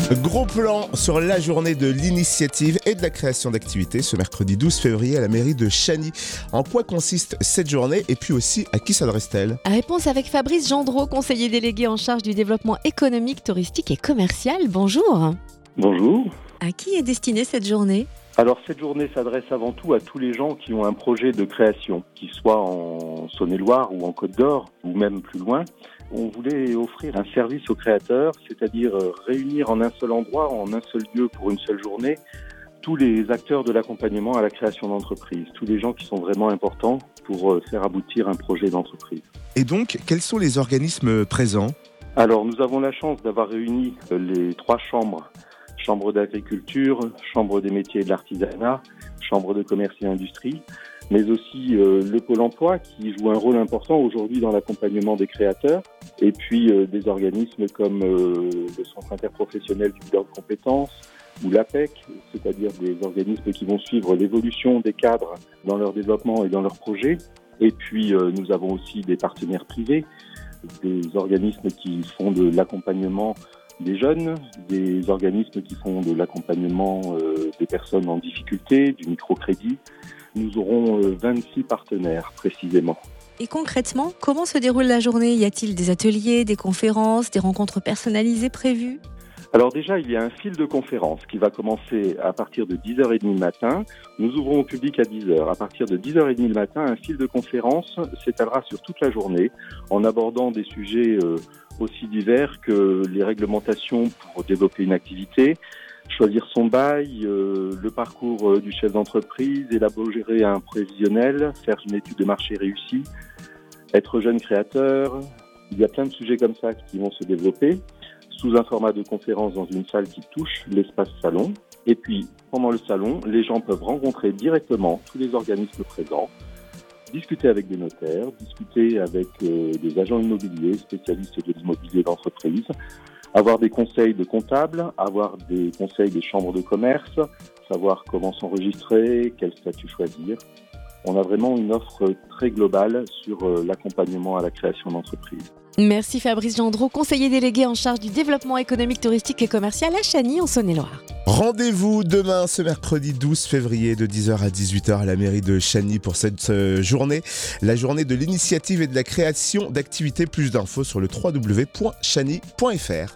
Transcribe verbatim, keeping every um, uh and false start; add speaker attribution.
Speaker 1: Gros plan sur la journée de l'initiative et de la création d'activités ce mercredi douze février à la mairie de Chagny. En quoi consiste cette journée et puis aussi à qui s'adresse-t-elle ?
Speaker 2: Réponse avec Fabrice Gendreau, conseiller délégué en charge du développement économique, touristique et commercial. Bonjour.
Speaker 3: Bonjour.
Speaker 2: À qui est destinée cette journée ?
Speaker 3: Alors cette journée s'adresse avant tout à tous les gens qui ont un projet de création, qu'ils soient en Saône-et-Loire ou en Côte d'Or ou même plus loin. On voulait offrir un service aux créateurs, c'est-à-dire réunir en un seul endroit, en un seul lieu pour une seule journée, tous les acteurs de l'accompagnement à la création d'entreprise, tous les gens qui sont vraiment importants pour faire aboutir un projet d'entreprise.
Speaker 1: Et donc, quels sont les organismes présents ?
Speaker 3: Alors nous avons la chance d'avoir réuni les trois chambres, chambre d'agriculture, chambre des métiers et de l'artisanat, chambre de commerce et industrie, mais aussi euh, le Pôle emploi qui joue un rôle important aujourd'hui dans l'accompagnement des créateurs, et puis euh, des organismes comme euh, le Centre interprofessionnel du bilan de compétences ou l'A P E C, c'est-à-dire des organismes qui vont suivre l'évolution des cadres dans leur développement et dans leurs projets. Et puis euh, nous avons aussi des partenaires privés, des organismes qui font de l'accompagnement des jeunes, des organismes qui font de l'accompagnement euh, des personnes en difficulté, du microcrédit. Nous aurons euh, vingt-six partenaires précisément.
Speaker 2: Et concrètement, comment se déroule la journée ? Y a-t-il des ateliers, des conférences, des rencontres personnalisées prévues ?
Speaker 3: Alors déjà, il y a un fil de conférence qui va commencer à partir de dix heures trente le matin. Nous ouvrons au public à dix heures. À partir de dix heures trente le matin, un fil de conférence s'étalera sur toute la journée en abordant des sujets euh, aussi divers que les réglementations pour développer une activité, choisir son bail, euh, le parcours euh, du chef d'entreprise, élaborer un prévisionnel, faire une étude de marché réussie, être jeune créateur. Il y a plein de sujets comme ça qui vont se développer sous un format de conférence dans une salle qui touche l'espace salon. Et puis, pendant le salon, les gens peuvent rencontrer directement tous les organismes présents, discuter avec des notaires, discuter avec euh, des agents immobiliers, spécialistes de l'immobilier d'entreprise, avoir des conseils de comptables, avoir des conseils des chambres de commerce, savoir comment s'enregistrer, quel statut choisir. On a vraiment une offre très globale sur euh, l'accompagnement à la création d'entreprise.
Speaker 2: Merci Fabrice Gendreau, conseiller délégué en charge du développement économique, touristique et commercial à Chagny en Saône-et-Loire.
Speaker 1: Rendez-vous demain, ce mercredi douze février, de dix heures à dix-huit heures à la mairie de Chagny pour cette euh, journée, la journée de l'initiative et de la création d'activités. Plus d'infos sur le w w w point chagny point f r.